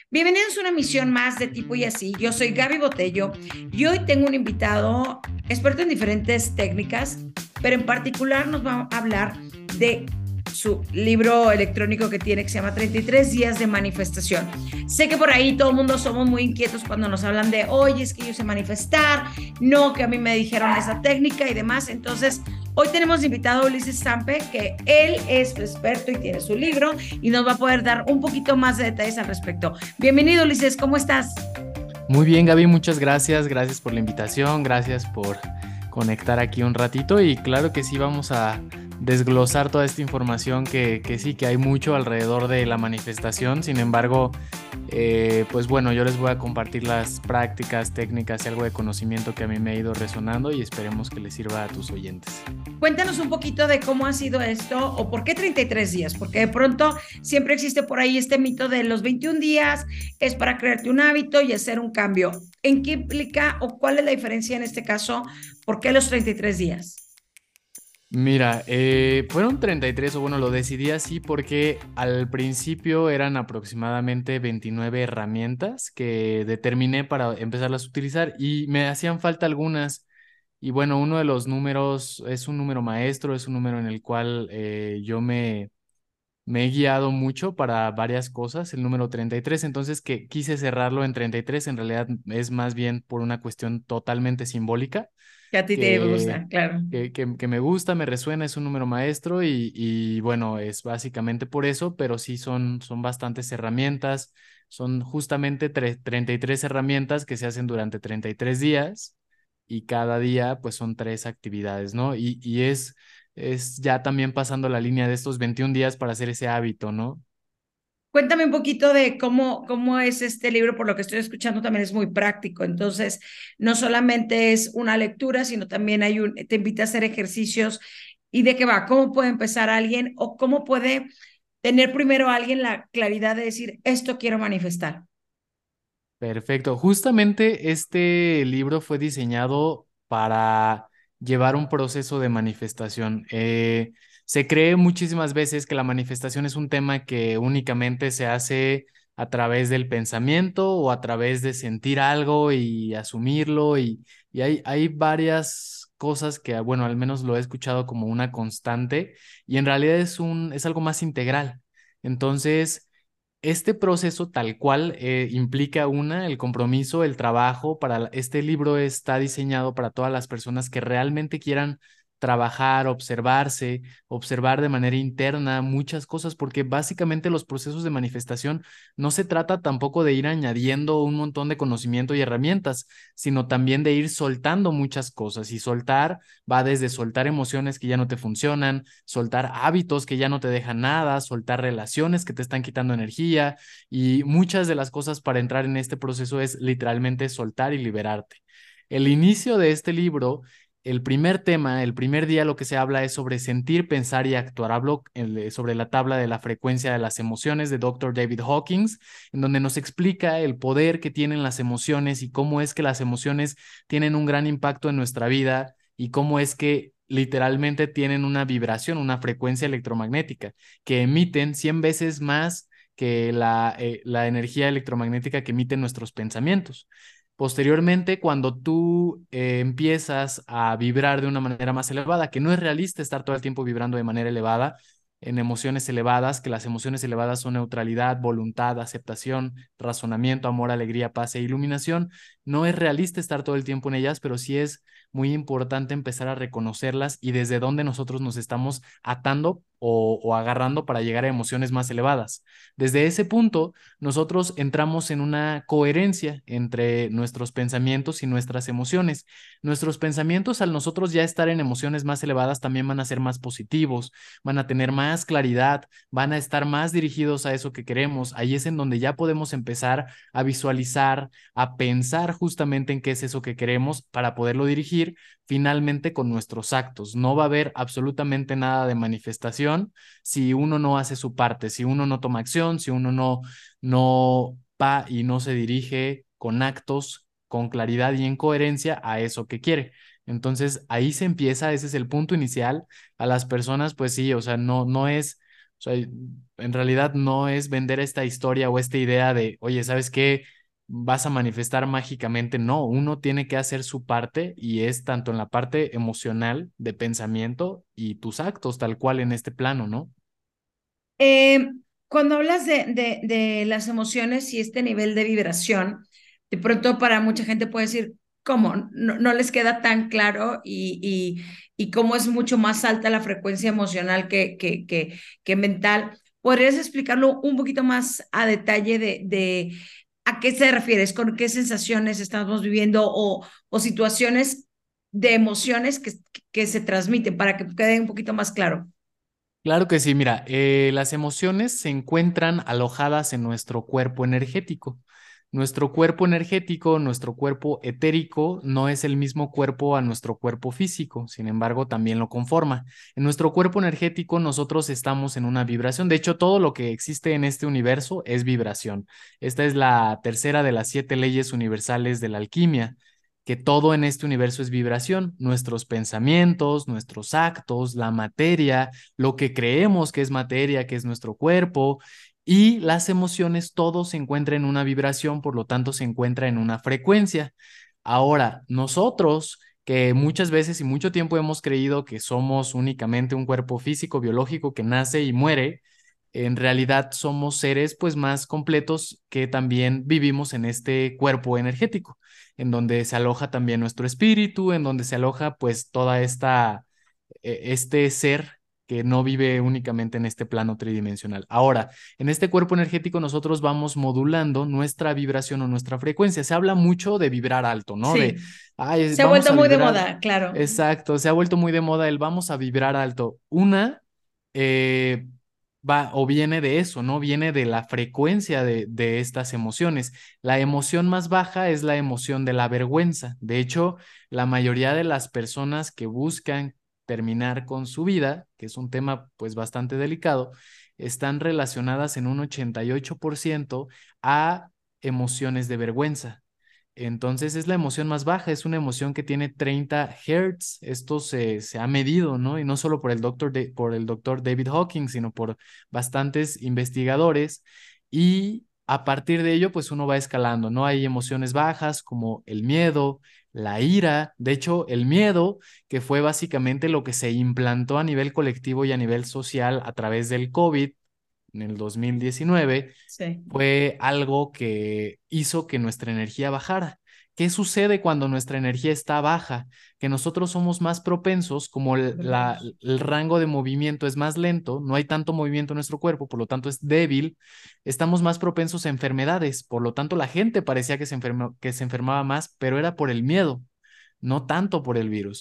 Bienvenidos a una emisión más de Tipo y Así. Yo soy Gaby Botello y hoy tengo un invitado experto en diferentes técnicas, pero en particular nos va a hablar de su libro electrónico que tiene que se llama 33 días de manifestación. Sé que por ahí todo el mundo somos muy inquietos cuando nos hablan de, oye, es que yo sé manifestar, no, que a mí me dijeron esa técnica y demás. Entonces, hoy tenemos invitado a Ulises Sampe, que él es experto y tiene su libro y nos va a poder dar un poquito más de detalles al respecto. Bienvenido, Ulises, ¿cómo estás? Muy bien, Gaby, muchas gracias. Gracias por la invitación, gracias por conectar aquí un ratito y claro que sí vamos a desglosar toda esta información que sí, que hay mucho alrededor de la manifestación. Sin embargo, pues bueno, yo les voy a compartir las prácticas, técnicas y algo de conocimiento que a mí me ha ido resonando y esperemos que les sirva a tus oyentes. Cuéntanos un poquito de cómo ha sido esto o por qué 33 días, porque de pronto siempre existe por ahí este mito de los 21 días es para crearte un hábito y hacer un cambio. ¿En qué implica o cuál es la diferencia en este caso? ¿Por qué los 33 días? Mira, fueron 33 o bueno, lo decidí así porque al principio eran aproximadamente 29 herramientas que determiné para empezarlas a utilizar y me hacían falta algunas. Y bueno, uno de los números es un número maestro, es un número en el cual me he guiado mucho para varias cosas, el número 33. Entonces que quise cerrarlo en 33. En realidad es más bien por una cuestión totalmente simbólica Que a ti te gusta, que, claro. que me gusta, me resuena, es un número maestro y bueno, es básicamente por eso, pero sí son bastantes herramientas, son justamente 33 herramientas que se hacen durante 33 días y cada día pues son tres actividades, ¿no? Es ya también pasando la línea de estos 21 días para hacer ese hábito, ¿no? Cuéntame un poquito de cómo es este libro, por lo que estoy escuchando también es muy práctico. Entonces, no solamente es una lectura, sino también te invita a hacer ejercicios. ¿Y de qué va? ¿Cómo puede empezar alguien o cómo puede tener primero alguien la claridad de decir, esto quiero manifestar? Perfecto. Justamente este libro fue diseñado para llevar un proceso de manifestación. Se cree muchísimas veces que la manifestación es un tema que únicamente se hace a través del pensamiento o a través de sentir algo y asumirlo y hay varias cosas que, bueno, al menos lo he escuchado como una constante y en realidad es algo más integral. Entonces este proceso tal cual implica el compromiso, el trabajo. Este libro está diseñado para todas las personas que realmente quieran trabajar, observarse, observar de manera interna muchas cosas, porque básicamente los procesos de manifestación no se trata tampoco de ir añadiendo un montón de conocimiento y herramientas, sino también de ir soltando muchas cosas. Y soltar va desde soltar emociones que ya no te funcionan, soltar hábitos que ya no te dejan nada, soltar relaciones que te están quitando energía y muchas de las cosas para entrar en este proceso es literalmente soltar y liberarte. El inicio de este libro, el primer tema, el primer día lo que se habla es sobre sentir, pensar y actuar. Hablo sobre la tabla de la frecuencia de las emociones de Dr. David Hawkins, en donde nos explica el poder que tienen las emociones y cómo es que las emociones tienen un gran impacto en nuestra vida y cómo es que literalmente tienen una vibración, una frecuencia electromagnética, que emiten 100 veces más que la energía electromagnética que emiten nuestros pensamientos. Posteriormente, cuando tú empiezas a vibrar de una manera más elevada, que no es realista estar todo el tiempo vibrando de manera elevada, en emociones elevadas, que las emociones elevadas son neutralidad, voluntad, aceptación, razonamiento, amor, alegría, paz e iluminación. No es realista estar todo el tiempo en ellas, pero sí es muy importante empezar a reconocerlas y desde dónde nosotros nos estamos atando o agarrando para llegar a emociones más elevadas. Desde ese punto, nosotros entramos en una coherencia entre nuestros pensamientos y nuestras emociones. Nuestros pensamientos, al nosotros ya estar en emociones más elevadas, también van a ser más positivos, van a tener más claridad, van a estar más dirigidos a eso que queremos. Ahí es en donde ya podemos empezar a visualizar, a pensar justamente en qué es eso que queremos para poderlo dirigir finalmente con nuestros actos. No va a haber absolutamente nada de manifestación si uno no hace su parte, si uno no toma acción, si uno no va y no se dirige con actos, con claridad y en coherencia a eso que quiere. Entonces ahí se empieza, ese es el punto inicial. A las personas, pues sí, o sea, no es O sea, en realidad no es vender esta historia o esta idea de, oye, ¿sabes qué? Vas a manifestar mágicamente. No, uno tiene que hacer su parte y es tanto en la parte emocional de pensamiento y tus actos tal cual en este plano, ¿no? Eh, Cuando hablas de las emociones y este nivel de vibración, de pronto para mucha gente puede decir, ¿cómo? No les queda tan claro y cómo es mucho más alta la frecuencia emocional que mental. ¿Podrías explicarlo un poquito más a detalle de a qué se refieres, con qué sensaciones estamos viviendo o situaciones de emociones que se transmiten para que quede un poquito más claro? Claro que sí, mira, las emociones se encuentran alojadas en nuestro cuerpo energético. Nuestro cuerpo energético, nuestro cuerpo etérico, no es el mismo cuerpo a nuestro cuerpo físico, sin embargo, también lo conforma. En nuestro cuerpo energético nosotros estamos en una vibración. De hecho, todo lo que existe en este universo es vibración. Esta es la tercera de las 7 leyes universales de la alquimia, que todo en este universo es vibración. Nuestros pensamientos, nuestros actos, la materia, lo que creemos que es materia, que es nuestro cuerpo, y las emociones, todo se encuentra en una vibración, por lo tanto se encuentra en una frecuencia. Ahora, nosotros que muchas veces y mucho tiempo hemos creído que somos únicamente un cuerpo físico, biológico que nace y muere, en realidad somos seres pues más completos que también vivimos en este cuerpo energético, en donde se aloja también nuestro espíritu, en donde se aloja pues toda esta este ser que no vive únicamente en este plano tridimensional. Ahora, en este cuerpo energético nosotros vamos modulando nuestra vibración o nuestra frecuencia. Se habla mucho de vibrar alto, ¿no? De, Sí. ay, Se ha vamos vuelto a muy de vibrar. moda, claro. Exacto, se ha vuelto muy de moda el vamos a vibrar alto. Una eh, va o viene de eso, ¿no? Viene de la frecuencia de estas emociones. La emoción más baja es la emoción de la vergüenza. De hecho, la mayoría de las personas que buscan terminar con su vida, que es un tema pues bastante delicado, están relacionadas en un 88% a emociones de vergüenza. Entonces es la emoción más baja, es una emoción que tiene 30 Hz. Esto se ha medido, ¿no? Y no solo por el doctor David Hawking, sino por bastantes investigadores. Y a partir de ello, pues uno va escalando, ¿no? Hay emociones bajas como el miedo, la ira. De hecho, el miedo, que fue básicamente lo que se implantó a nivel colectivo y a nivel social a través del COVID en el 2019, Sí, fue algo que hizo que nuestra energía bajara. ¿Qué sucede cuando nuestra energía está baja? Que nosotros somos más propensos, como el rango de movimiento es más lento, no hay tanto movimiento en nuestro cuerpo, por lo tanto es débil, estamos más propensos a enfermedades. Por lo tanto, la gente parecía que se enfermaba más, pero era por el miedo, no tanto por el virus.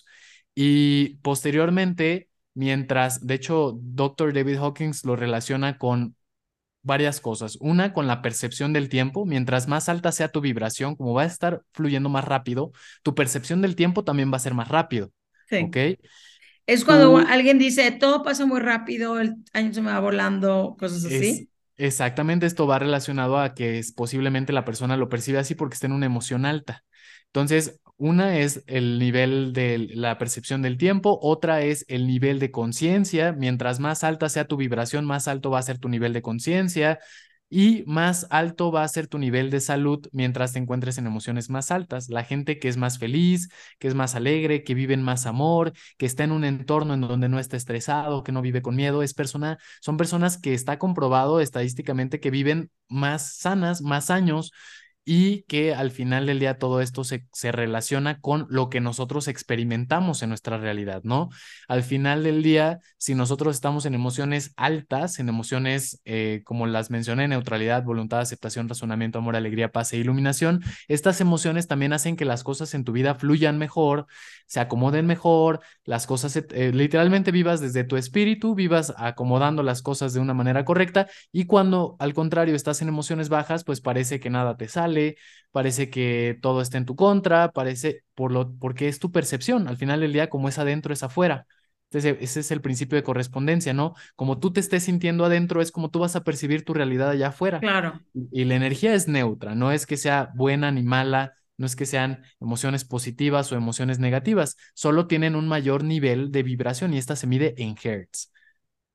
Y posteriormente, mientras, de hecho, Dr. David Hawkins lo relaciona con varias cosas. Una, con la percepción del tiempo. Mientras más alta sea tu vibración, como va a estar fluyendo más rápido, tu percepción del tiempo también va a ser más rápido. ¿Ok? sí. Es cuando Tú alguien dice, todo pasa muy rápido, el año se me va volando, cosas es así. exactamente esto va relacionado a que es posiblemente la persona lo percibe así porque está en una emoción alta. Entonces, una es el nivel de la percepción del tiempo, otra es el nivel de conciencia. Mientras más alta sea tu vibración, más alto va a ser tu nivel de conciencia y más alto va a ser tu nivel de salud mientras te encuentres en emociones más altas. La gente que es más feliz, que es más alegre, que vive en más amor, que está en un entorno en donde no está estresado, que no vive con miedo, son personas que está comprobado estadísticamente que viven más sanas, más años y que al final del día todo esto se relaciona con lo que nosotros experimentamos en nuestra realidad, ¿no? Al final del día, si nosotros estamos en emociones altas, en emociones como las mencioné, neutralidad, voluntad, aceptación, razonamiento, amor, alegría, paz e iluminación, estas emociones también hacen que las cosas en tu vida fluyan mejor, se acomoden mejor, las cosas, literalmente vivas desde tu espíritu, vivas acomodando las cosas de una manera correcta y cuando al contrario estás en emociones bajas, pues parece que nada te sale, parece que todo está en tu contra, parece porque es tu percepción, al final del día como es adentro es afuera. Entonces, ese es el principio de correspondencia, ¿no? Como tú te estés sintiendo adentro, es como tú vas a percibir tu realidad allá afuera. Claro, Y la energía es neutra, no es que sea buena ni mala, no es que sean emociones positivas o emociones negativas, solo tienen un mayor nivel de vibración y esta se mide en hertz.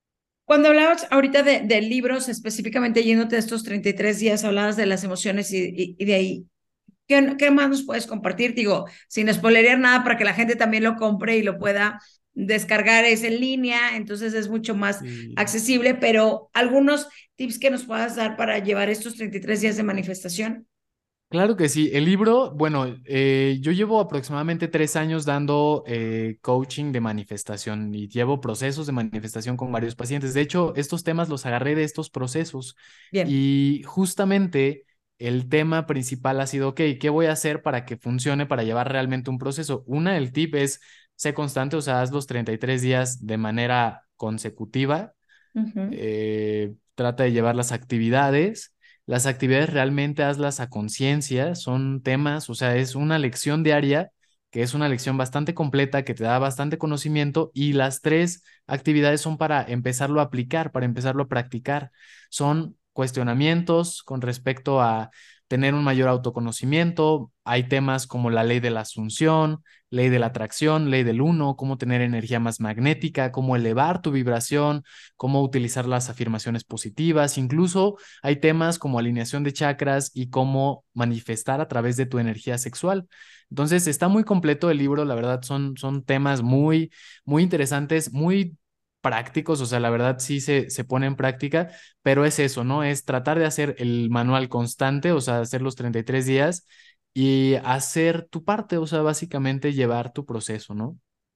Cuando hablabas ahorita de libros, específicamente yéndote de estos 33 días, hablabas de las emociones y de ahí, ¿qué más nos puedes compartir? Digo, sin spoilerear nada para que la gente también lo compre y lo pueda descargar, es en línea, entonces es mucho más Sí. accesible, pero algunos tips que nos puedas dar para llevar estos 33 días de manifestación. Claro que sí. El libro, bueno, yo llevo aproximadamente 3 años dando coaching de manifestación y llevo procesos de manifestación con varios pacientes. De hecho, estos temas los agarré de estos procesos Bien. y justamente el tema principal ha sido, ok, ¿qué voy a hacer para que funcione, para llevar realmente un proceso? El tip es, sé constante, o sea, haz los 33 días de manera consecutiva. Ujú. Trata de llevar las actividades. Las actividades realmente hazlas a conciencia, son temas, o sea, es una lección diaria, que es una lección bastante completa, que te da bastante conocimiento, y las tres actividades son para empezarlo a aplicar, para empezarlo a practicar. Son cuestionamientos con respecto a tener un mayor autoconocimiento. Hay temas como la ley de la asunción, ley de la atracción, ley del uno, cómo tener energía más magnética, cómo elevar tu vibración, cómo utilizar las afirmaciones positivas, incluso hay temas como alineación de chakras y cómo manifestar a través de tu energía sexual. Entonces está muy completo el libro, la verdad son temas muy, muy interesantes, muy prácticos, o sea, la verdad sí se pone en práctica, pero es eso, ¿no? Es tratar de hacer el manual constante, o sea, hacer los 33 días y hacer tu parte, o sea, básicamente llevar tu proceso, ¿no?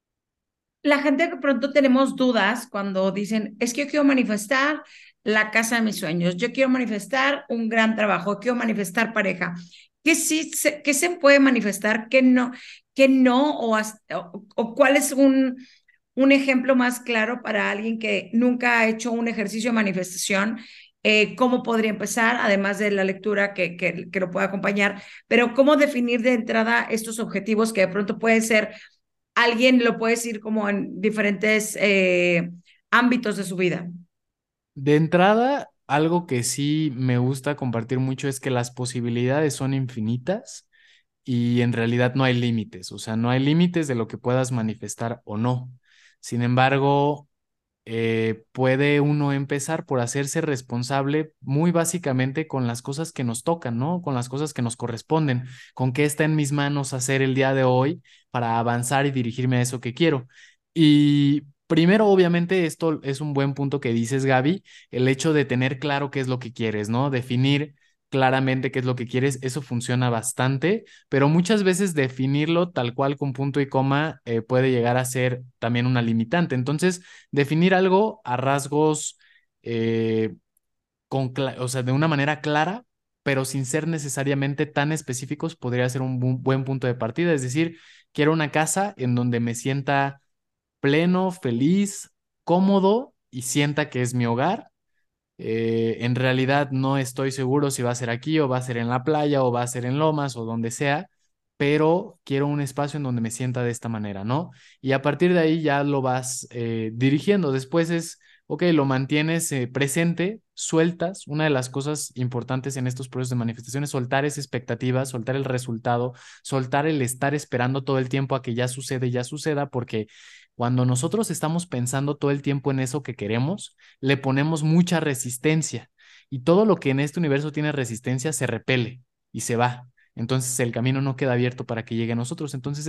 La gente que pronto tenemos dudas cuando dicen, es que yo quiero manifestar la casa de mis sueños, yo quiero manifestar un gran trabajo, quiero manifestar pareja. ¿Qué se puede manifestar? ¿Qué no? O cuál es un ejemplo más claro para alguien que nunca ha hecho un ejercicio de manifestación? ¿Cómo podría empezar? Además de la lectura que lo pueda acompañar, pero ¿cómo definir de entrada estos objetivos que de pronto puede ser alguien lo puede decir como en diferentes ámbitos de su vida? De entrada, algo que sí me gusta compartir mucho es que las posibilidades son infinitas y en realidad no hay límites, o sea, no hay límites de lo que puedas manifestar o no. Sin embargo, puede uno empezar por hacerse responsable muy básicamente con las cosas que nos tocan, ¿no? Con las cosas que nos corresponden, con qué está en mis manos hacer el día de hoy para avanzar y dirigirme a eso que quiero. Y primero, obviamente, esto es un buen punto que dices, Gaby, el hecho de tener claro qué es lo que quieres, ¿no? Definir claramente qué es lo que quieres, eso funciona bastante, pero muchas veces definirlo tal cual con punto y coma puede llegar a ser también una limitante. Entonces, definir algo a rasgos, eh, o sea, de una manera clara, pero sin ser necesariamente tan específicos, podría ser un buen punto de partida. Es decir, quiero una casa en donde me sienta pleno, feliz, cómodo y sienta que es mi hogar. En realidad no estoy seguro si va a ser aquí o va a ser en la playa o va a ser en Lomas o donde sea, pero quiero un espacio en donde me sienta de esta manera, ¿no? Y a partir de ahí ya lo vas dirigiendo. Después es, ok, lo mantienes presente, sueltas. Una de las cosas importantes en estos procesos de manifestación es soltar esa expectativa, soltar el resultado, soltar el estar esperando todo el tiempo a que ya suceda, porque cuando nosotros estamos pensando todo el tiempo en eso que queremos, le ponemos mucha resistencia y todo lo que en este universo tiene resistencia se repele y se va. Entonces el camino no queda abierto para que llegue a nosotros. Entonces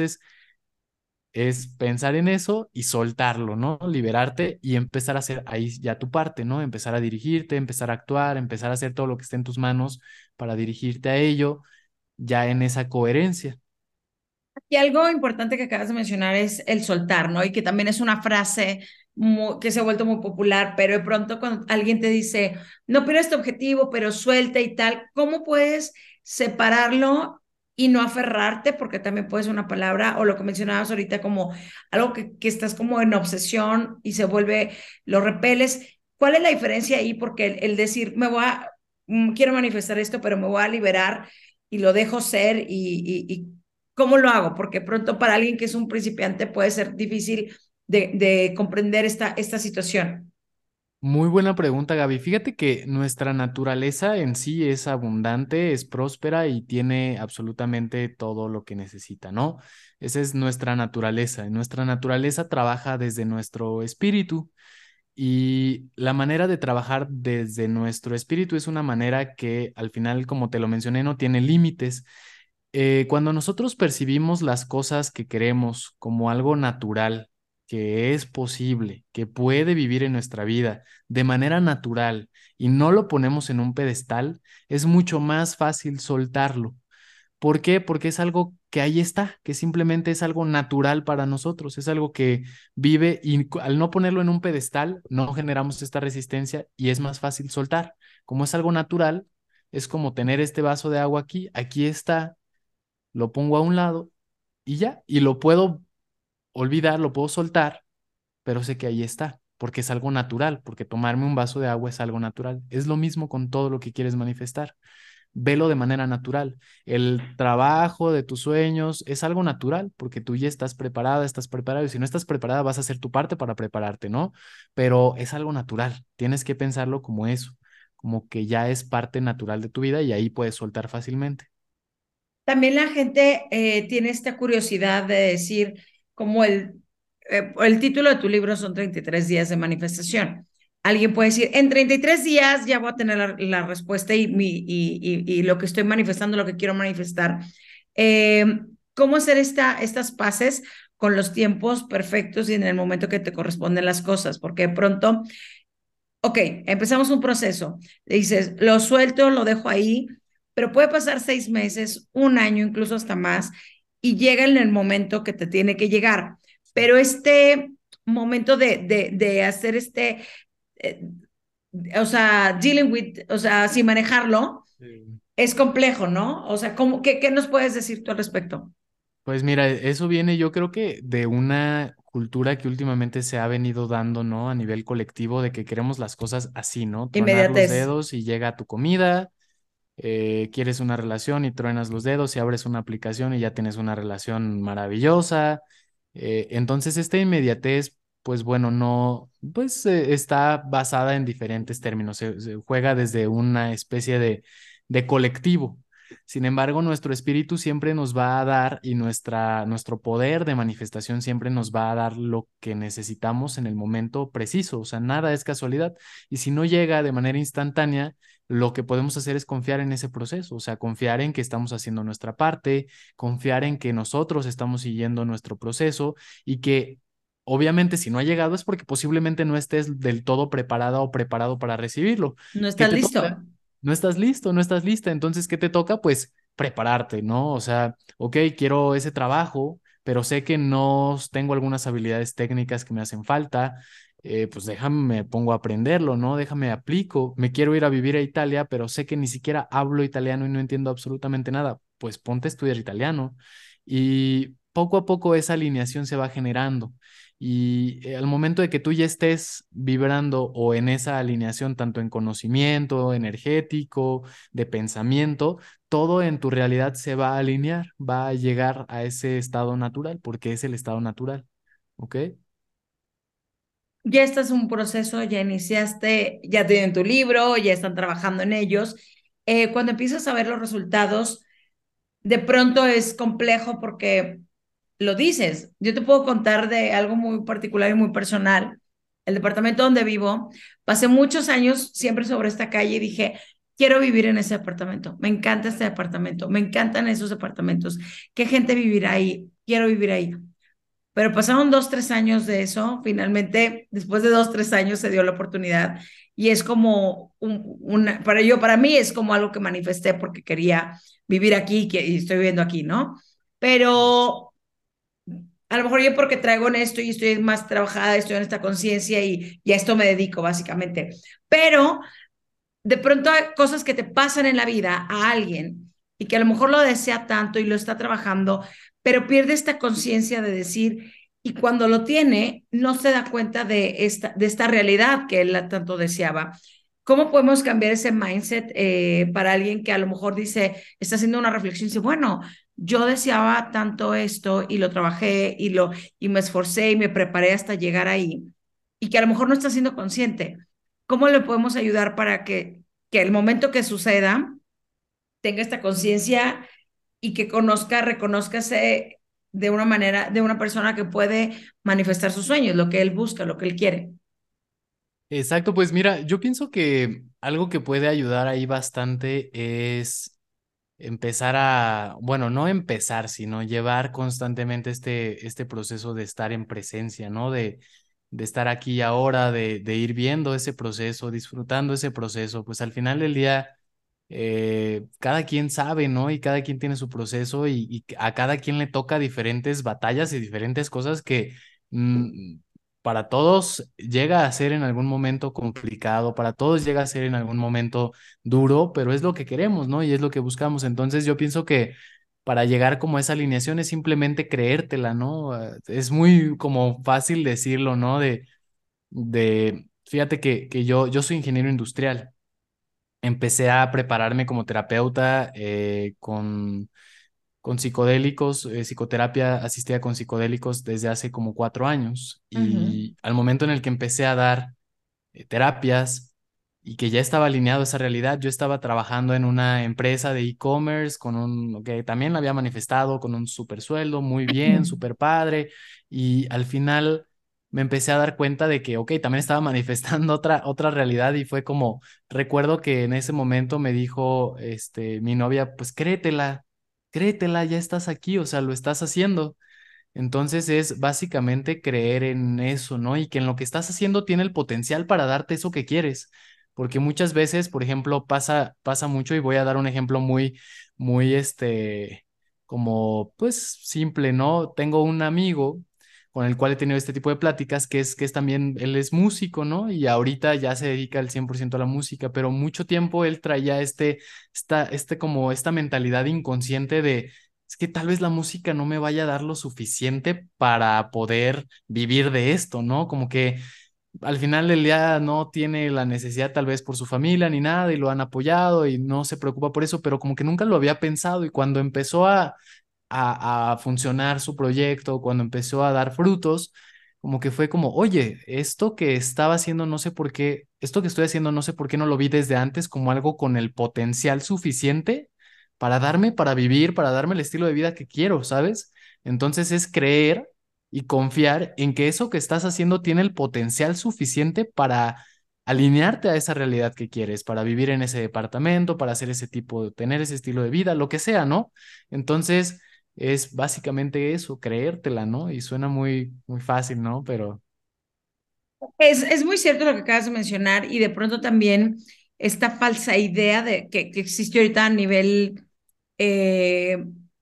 es pensar en eso y soltarlo, ¿no? Liberarte y empezar a hacer ahí ya tu parte, ¿no? Empezar a dirigirte, empezar a actuar, empezar a hacer todo lo que esté en tus manos para dirigirte a ello ya en esa coherencia. Y algo importante que acabas de mencionar es el soltar, ¿no? Y que también es una frase que se ha vuelto muy popular, pero de pronto cuando alguien te dice, no pierdas este objetivo, pero suelta y tal, ¿cómo puedes separarlo y no aferrarte? Porque también puede ser una palabra, o lo que mencionabas ahorita, como algo que estás como en obsesión y se vuelve, lo repeles. ¿Cuál es la diferencia ahí? Porque el decir, quiero manifestar esto, pero me voy a liberar y lo dejo ser y ¿cómo lo hago? Porque pronto para alguien que es un principiante puede ser difícil de comprender esta situación. Muy buena pregunta, Gaby. Fíjate que nuestra naturaleza en sí es abundante, es próspera y tiene absolutamente todo lo que necesita, ¿no? Esa es nuestra naturaleza. Nuestra naturaleza trabaja desde nuestro espíritu Y la manera de trabajar desde nuestro espíritu es una manera que al final, como te lo mencioné, no tiene límites. Cuando nosotros percibimos las cosas que queremos como algo natural, que es posible, que puede vivir en nuestra vida de manera natural y no lo ponemos en un pedestal, es mucho más fácil soltarlo. ¿Por qué? Porque es algo que ahí está, que simplemente es algo natural para nosotros, es algo que vive y al no ponerlo en un pedestal, no generamos esta resistencia y es más fácil soltar. Como es algo natural, es como tener este vaso de agua aquí, aquí está, lo pongo a un lado y ya, y lo puedo olvidar, lo puedo soltar, pero sé que ahí está, porque es algo natural, porque tomarme un vaso de agua es algo natural. Es lo mismo con todo lo que quieres manifestar. Velo de manera natural. El trabajo de tus sueños es algo natural, porque tú ya estás preparada, estás preparado, y si no estás preparada, vas a hacer tu parte para prepararte, ¿no? Pero es algo natural. Tienes que pensarlo como eso, como que ya es parte natural de tu vida y ahí puedes soltar fácilmente. También la gente tiene esta curiosidad de decir, como el título de tu libro son 33 días de manifestación. Alguien puede decir, en 33 días ya voy a tener la respuesta y lo que estoy manifestando, lo que quiero manifestar. Eh, ¿Cómo hacer estas paces con los tiempos perfectos y en el momento que te corresponden las cosas? Porque de pronto, ok, empezamos un proceso. Dices, lo suelto, lo dejo ahí, pero puede pasar 6 meses, un año, incluso hasta más, y llega en el momento que te tiene que llegar. Pero este momento de hacer eh, o sea, dealing with, o sea, sin manejarlo, Sí. es complejo, ¿no? O sea, qué nos puedes decir tú al respecto? Pues mira, eso viene yo creo que de una cultura que últimamente se ha venido dando, ¿no? A nivel colectivo, de que queremos las cosas así, ¿no? Tronar los Inmediatez. dedos y llega tu comida, quieres una relación y truenas los dedos y abres una aplicación y ya tienes una relación maravillosa. Entonces, esta inmediatez, pues bueno, no, pues está basada en diferentes términos. Se juega desde una especie de colectivo. Sin embargo, nuestro espíritu siempre nos va a dar y nuestro poder de manifestación siempre nos va a dar lo que necesitamos en el momento preciso. O sea, nada es casualidad. Y si no llega de manera instantánea, lo que podemos hacer es confiar en ese proceso, o sea, confiar en que estamos haciendo nuestra parte, confiar en que nosotros estamos siguiendo nuestro proceso y que obviamente si no ha llegado es porque posiblemente no estés del todo preparada o preparado para recibirlo. No ¿Qué estás te toca? listo. No estás listo, no estás lista. Entonces, ¿qué te toca? Pues prepararte, ¿no? O sea, ok, quiero ese trabajo, pero sé que no tengo algunas habilidades técnicas que me hacen falta. Pues déjame, me pongo a aprenderlo, ¿no? Déjame aplico. Me quiero ir a vivir a Italia, pero sé que ni siquiera hablo italiano y no entiendo absolutamente nada. Pues ponte a estudiar italiano. Y poco a poco esa alineación se va generando. Y al momento de que tú ya estés vibrando o en esa alineación, tanto en conocimiento, energético, de pensamiento, todo en tu realidad se va a alinear, va a llegar a ese estado natural, porque es el estado natural. ¿Ok? Ya estás en un proceso, ya iniciaste, ya tienen tu libro, ya están trabajando en ellos. Cuando empiezas a ver los resultados, de pronto es complejo porque lo dices. Yo te puedo contar de algo muy particular y muy personal. El departamento donde vivo, pasé muchos años siempre sobre esta calle y dije, quiero vivir en ese departamento. Me encanta este departamento, me encantan esos departamentos. ¿Qué gente vivirá ahí? Quiero vivir ahí. Pero pasaron 2, 3 años de eso. Finalmente, después de 2, 3 años se dio la oportunidad y es como para mí es como algo que manifesté porque quería vivir aquí y estoy viviendo aquí, ¿no? Pero a lo mejor yo porque traigo en esto y estoy más trabajada, estoy en esta conciencia y a esto me dedico básicamente. Pero de pronto hay cosas que te pasan en la vida a alguien y que a lo mejor lo desea tanto y lo está trabajando, pero pierde esta conciencia de decir, y cuando lo tiene, no se da cuenta de esta realidad que él tanto deseaba. ¿Cómo podemos cambiar ese mindset para alguien que a lo mejor dice, está haciendo una reflexión y dice, bueno, yo deseaba tanto esto y lo trabajé y me esforcé y me preparé hasta llegar ahí y que a lo mejor no está siendo consciente? ¿Cómo le podemos ayudar para que el momento que suceda tenga esta conciencia y que reconozcase de una manera, de una persona que puede manifestar sus sueños, lo que él busca, lo que él quiere? Exacto, pues mira, yo pienso que algo que puede ayudar ahí bastante es empezar bueno, no empezar, sino llevar constantemente este proceso de estar en presencia, ¿no? De estar aquí y ahora, de ir viendo ese proceso, disfrutando ese proceso, pues al final del día, cada quien sabe, ¿no? Y cada quien tiene su proceso y a cada quien le toca diferentes batallas y diferentes cosas que mm, para todos llega a ser en algún momento complicado, para todos llega a ser en algún momento duro, pero es lo que queremos, ¿no? Y es lo que buscamos. Entonces yo pienso que para llegar como a esa alineación es simplemente creértela, ¿no? Es muy como fácil decirlo, ¿no? Fíjate que yo soy ingeniero industrial. Empecé a prepararme como terapeuta con psicodélicos, psicoterapia asistida con psicodélicos desde hace como 4 años. Ujú. Y al momento en el que empecé a dar terapias y que ya estaba alineado a esa realidad. Yo estaba trabajando en una empresa de e-commerce que también la había manifestado con un super sueldo, muy bien, súper padre. Y al final me empecé a dar cuenta de que, ok, también estaba manifestando otra realidad y fue como, recuerdo que en ese momento me dijo, mi novia, pues créetela, ya estás aquí, o sea, lo estás haciendo. Entonces es básicamente creer en eso, ¿no? Y que en lo que estás haciendo tiene el potencial para darte eso que quieres. Porque muchas veces, por ejemplo, pasa mucho y voy a dar un ejemplo muy, como, pues, simple, ¿no? Tengo un amigo con el cual he tenido este tipo de pláticas que es también, él es músico, ¿no? Y ahorita ya se dedica al 100% a la música, pero mucho tiempo él traía como esta mentalidad inconsciente de es que tal vez la música no me vaya a dar lo suficiente para poder vivir de esto, ¿no? Como que al final del día no tiene la necesidad tal vez por su familia ni nada y lo han apoyado y no se preocupa por eso, pero como que nunca lo había pensado y cuando empezó a funcionar su proyecto, cuando empezó a dar frutos, como que fue como, oye, esto que estaba haciendo no sé por qué, esto que estoy haciendo no sé por qué no lo vi desde antes como algo con el potencial suficiente para vivir, para darme el estilo de vida que quiero, ¿sabes? Entonces es creer y confiar en que eso que estás haciendo tiene el potencial suficiente para alinearte a esa realidad que quieres, para vivir en ese departamento, para hacer ese tipo, tener ese estilo de vida, lo que sea, ¿no? Entonces, es básicamente eso, creértela, ¿no? Y suena muy fácil, ¿no? Pero Es muy cierto lo que acabas de mencionar y de pronto también esta falsa idea de que existe ahorita a nivel eh,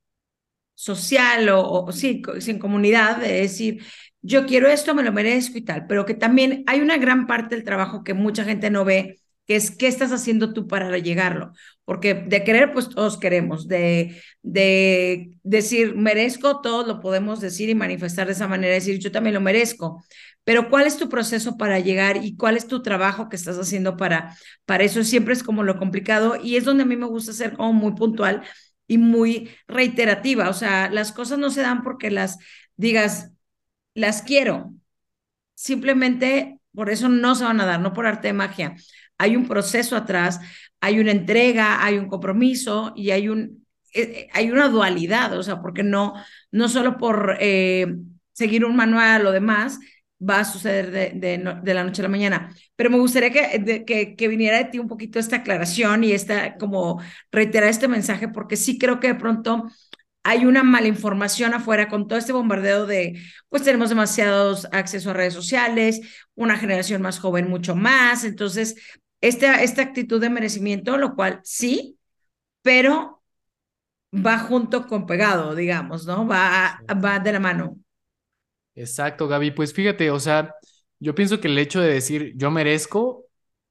social o sí, sin comunidad, de decir, yo quiero esto, me lo merezco y tal, pero que también hay una gran parte del trabajo que mucha gente no ve, que es qué estás haciendo tú para llegarlo, porque de querer, pues todos queremos, de decir, merezco, todos lo podemos decir y manifestar de esa manera, decir, yo también lo merezco, pero ¿cuál es tu proceso para llegar y cuál es tu trabajo que estás haciendo para eso? Siempre es como lo complicado y es donde a mí me gusta ser como muy puntual y muy reiterativa. O sea, las cosas no se dan porque las digas, las quiero. Simplemente por eso no se van a dar, no por arte de magia. Hay un proceso atrás, hay una entrega, hay un compromiso y hay una dualidad, o sea, porque no solo por seguir un manual o demás va a suceder de la noche a la mañana. Pero me gustaría que viniera de ti un poquito esta aclaración y esta, como reiterar este mensaje, porque sí creo que de pronto hay una mala información afuera con todo este bombardeo de, pues tenemos demasiados acceso a redes sociales, una generación más joven mucho más, entonces esta actitud de merecimiento, lo cual sí, pero va junto con pegado, digamos, ¿no? Va de la mano. exacto, Gaby. Pues fíjate, o sea, yo pienso que el hecho de decir yo merezco,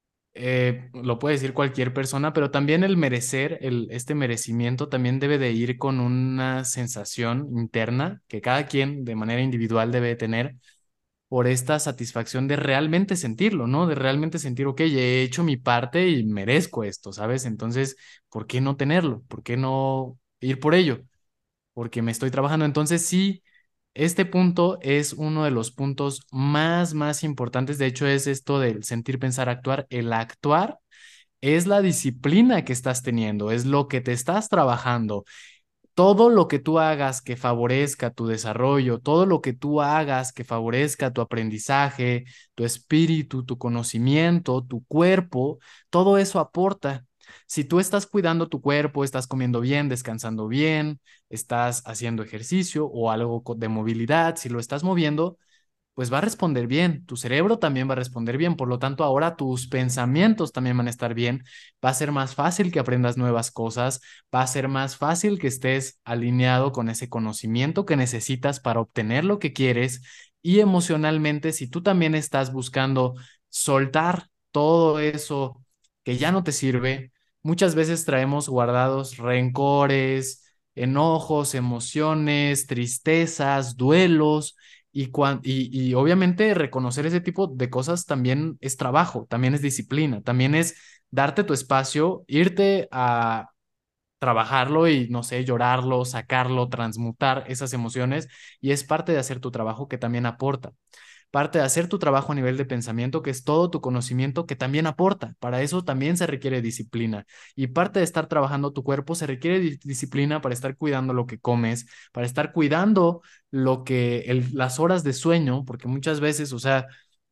lo puede decir cualquier persona, pero también el merecer, este merecimiento también debe de ir con una sensación interna que cada quien de manera individual debe tener por esta satisfacción de realmente sentirlo, ¿no? De realmente sentir, ok, he hecho mi parte y merezco esto, ¿sabes? Entonces, ¿por qué no tenerlo? ¿Por qué no ir por ello? Porque me estoy trabajando. Entonces, sí, este punto es uno de los puntos más importantes. De hecho, es esto del sentir, pensar, actuar. El actuar es la disciplina que estás teniendo, es lo que te estás trabajando. todo lo que tú hagas que favorezca tu desarrollo, todo lo que tú hagas que favorezca tu aprendizaje, tu espíritu, tu conocimiento, tu cuerpo, todo eso aporta. Si tú estás cuidando tu cuerpo, estás comiendo bien, descansando bien, estás haciendo ejercicio o algo de movilidad, si lo estás moviendo, pues va a responder bien, tu cerebro también va a responder bien, por lo tanto ahora tus pensamientos también van a estar bien, va a ser más fácil que aprendas nuevas cosas, va a ser más fácil que estés alineado con ese conocimiento que necesitas para obtener lo que quieres y emocionalmente, si tú también estás buscando soltar todo eso que ya no te sirve, muchas veces traemos guardados rencores, enojos, emociones, tristezas, duelos y obviamente reconocer ese tipo de cosas también es trabajo, también es disciplina, también es darte tu espacio, irte a trabajarlo y, no sé, llorarlo, sacarlo, transmutar esas emociones y es parte de hacer tu trabajo que también aporta. Parte de hacer tu trabajo a nivel de pensamiento, que es todo tu conocimiento que también aporta. Para eso también se requiere disciplina. Y parte de estar trabajando tu cuerpo se requiere disciplina para estar cuidando lo que comes, para estar cuidando las horas de sueño, porque muchas veces, o sea,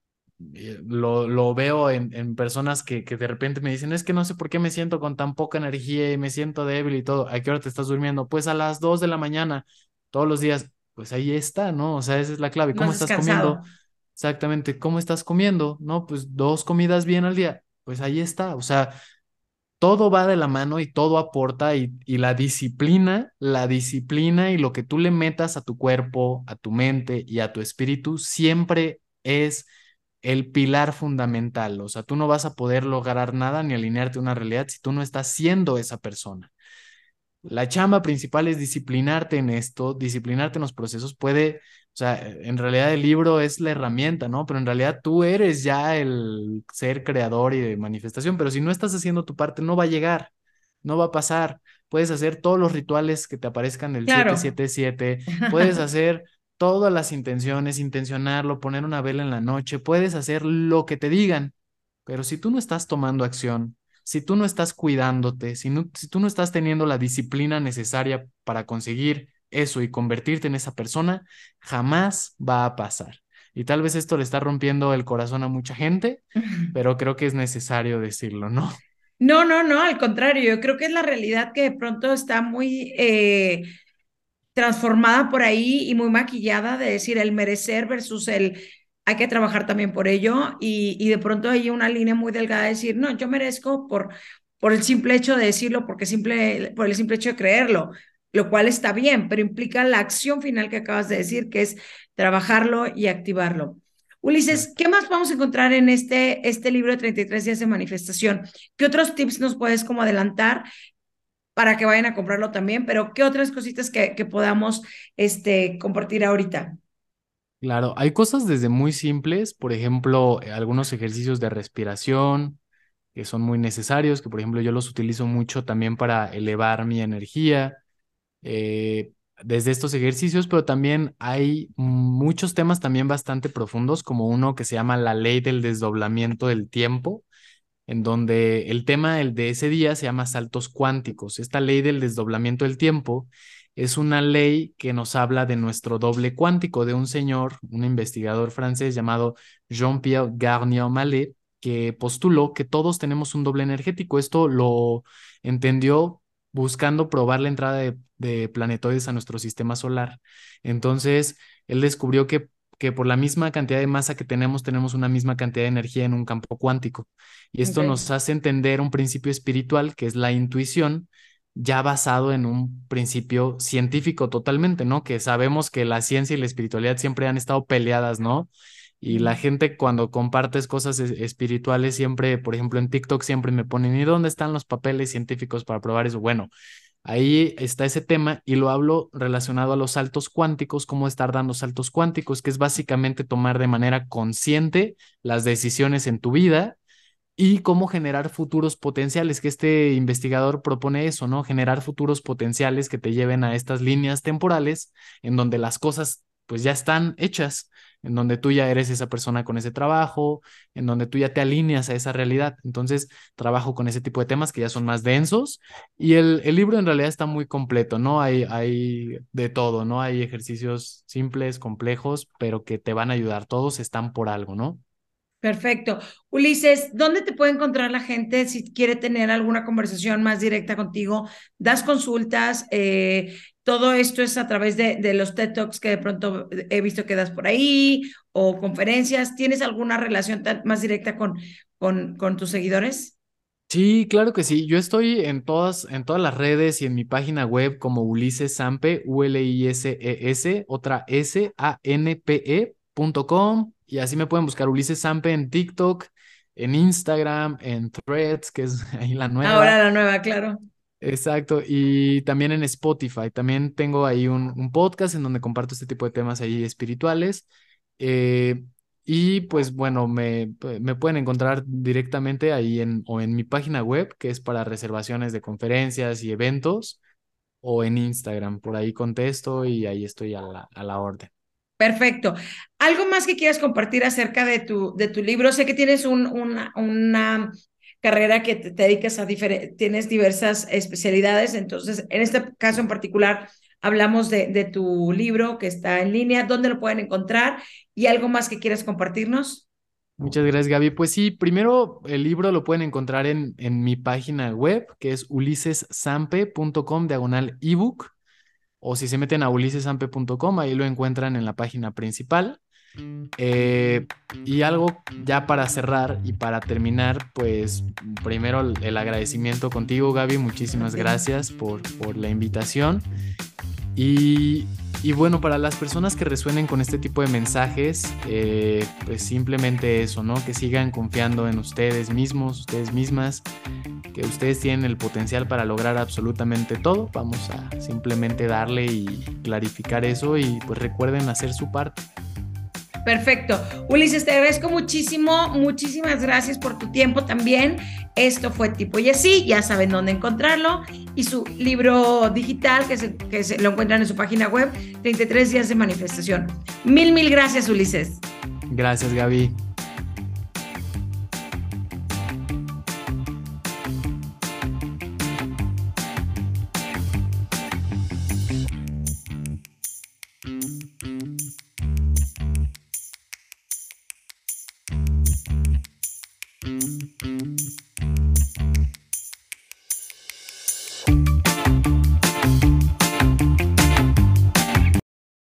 lo veo en personas que de repente me dicen, es que no sé por qué me siento con tan poca energía y me siento débil y todo. ¿A qué hora te estás durmiendo? Pues a las 2 de la mañana, todos los días. Pues ahí está, ¿no? O sea, esa es la clave. No ¿Cómo has estás comiendo? descansado. Exactamente. ¿Cómo estás comiendo? No, pues dos comidas bien al día. Pues ahí está. O sea, todo va de la mano y todo aporta y la disciplina y lo que tú le metas a tu cuerpo, a tu mente y a tu espíritu siempre es el pilar fundamental. O sea, tú no vas a poder lograr nada ni alinearte a una realidad si tú no estás siendo esa persona. La chamba principal es disciplinarte en esto, disciplinarte en los procesos. O sea, en realidad el libro es la herramienta, ¿no? Pero en realidad tú eres ya el ser creador y de manifestación, pero si no estás haciendo tu parte, no va a llegar, no va a pasar. Puedes hacer todos los rituales que te aparezcan del Claro. 777, puedes hacer todas las intenciones, intencionarlo, poner una vela en la noche, puedes hacer lo que te digan, pero si tú no estás tomando acción, si tú no estás cuidándote, si tú no estás teniendo la disciplina necesaria para conseguir eso y convertirte en esa persona, jamás va a pasar. Y tal vez esto le está rompiendo el corazón a mucha gente, pero creo que es necesario decirlo, ¿no? No, no, no, al contrario, yo creo que es la realidad que de pronto está muy transformada por ahí y muy maquillada de decir el merecer versus el hay que trabajar también por ello y de pronto hay una línea muy delgada de decir, no, yo merezco por el simple hecho de decirlo, por el simple hecho de creerlo, lo cual está bien, pero implica la acción final que acabas de decir, que es trabajarlo y activarlo. Ulises, ¿qué más vamos a encontrar en este libro de 33 días de manifestación? ¿Qué otros tips nos puedes como adelantar para que vayan a comprarlo también? Pero ¿qué otras cositas que podamos compartir ahorita? Claro, hay cosas desde muy simples, por ejemplo, algunos ejercicios de respiración que son muy necesarios, que por ejemplo yo los utilizo mucho también para elevar mi energía eh, desde estos ejercicios, pero también hay muchos temas también bastante profundos, como uno que se llama la ley del desdoblamiento del tiempo, en donde el tema el de ese día se llama saltos cuánticos. Esta ley del desdoblamiento del tiempo es una ley que nos habla de nuestro doble cuántico, de un señor, un investigador francés llamado Jean-Pierre Garnier-Mallet, que postuló que todos tenemos un doble energético. Esto lo entendió buscando probar la entrada de planetoides a nuestro sistema solar. Entonces, él descubrió que por la misma cantidad de masa que tenemos una misma cantidad de energía en un campo cuántico. Y esto Okay. nos hace entender un principio espiritual que es la intuición, ya basado en un principio científico totalmente, ¿no? Que sabemos que la ciencia y la espiritualidad siempre han estado peleadas, ¿no? Y la Mm. gente cuando compartes cosas espirituales siempre, por ejemplo, en TikTok siempre me ponen, ¿y dónde están los papeles científicos para probar eso? Bueno, ahí está ese tema y lo hablo relacionado a los saltos cuánticos, cómo estar dando saltos cuánticos, que es básicamente tomar de manera consciente las decisiones en tu vida y cómo generar futuros potenciales, que este investigador propone eso, ¿no? Generar futuros potenciales que te lleven a estas líneas temporales en donde las cosas pues ya están hechas, en donde tú ya eres esa persona con ese trabajo, en donde tú ya te alineas a esa realidad. Entonces, trabajo con ese tipo de temas que ya son más densos y el libro en realidad está muy completo, ¿no? Hay de todo, ¿no? Hay ejercicios simples, complejos, pero que te van a ayudar. Todos están por algo, ¿no? Perfecto. Ulises, ¿dónde te puede encontrar la gente si quiere tener alguna conversación más directa contigo? ¿Das consultas? ¿Todo esto es a través de los TED Talks que de pronto he visto que das por ahí o conferencias? ¿Tienes alguna relación más directa con tus seguidores? Sí, claro que sí. Yo estoy en todas las redes y en mi página web como Ulises Sampe, Ulises, otra SANPE.com. Y así me pueden buscar Ulises Sampe en TikTok, en Instagram, en Threads, que es ahí la nueva. Ahora la nueva, claro. Exacto. Y también en Spotify. También tengo ahí un podcast en donde comparto este tipo de temas ahí espirituales. Eh, y pues bueno, me pueden encontrar directamente ahí o en mi página web, que es para reservaciones de conferencias y eventos, o en Instagram. Por ahí contesto y ahí estoy a la orden. Perfecto. ¿Algo más que quieras compartir acerca de tu libro? Sé que tienes una carrera que te dedicas a tienes diversas especialidades, entonces en este caso en particular hablamos de tu libro que está en línea, ¿dónde lo pueden encontrar? ¿Y algo más que quieras compartirnos? Muchas gracias, Gaby. Pues sí, primero el libro lo pueden encontrar en mi página web, que es ulisesampe.com /ebook. O si se meten a ulisesampe.com, ahí lo encuentran en la página principal. Eh, y algo ya para cerrar y para terminar, pues primero el agradecimiento contigo, Gaby. Muchísimas gracias por la invitación. Y, y bueno, para las personas que resuenen con este tipo de mensajes, pues simplemente eso, ¿no? Que sigan confiando en ustedes mismos, ustedes mismas, que ustedes tienen el potencial para lograr absolutamente todo. Vamos a simplemente darle y clarificar eso y pues recuerden hacer su parte. Perfecto. Ulises, te agradezco muchísimo. Muchísimas gracias por tu tiempo también. Esto fue Tipo y Así. Ya saben dónde encontrarlo. Y su libro digital, lo encuentran en su página web, 33 días de manifestación. Mil gracias, Ulises. Gracias, Gaby.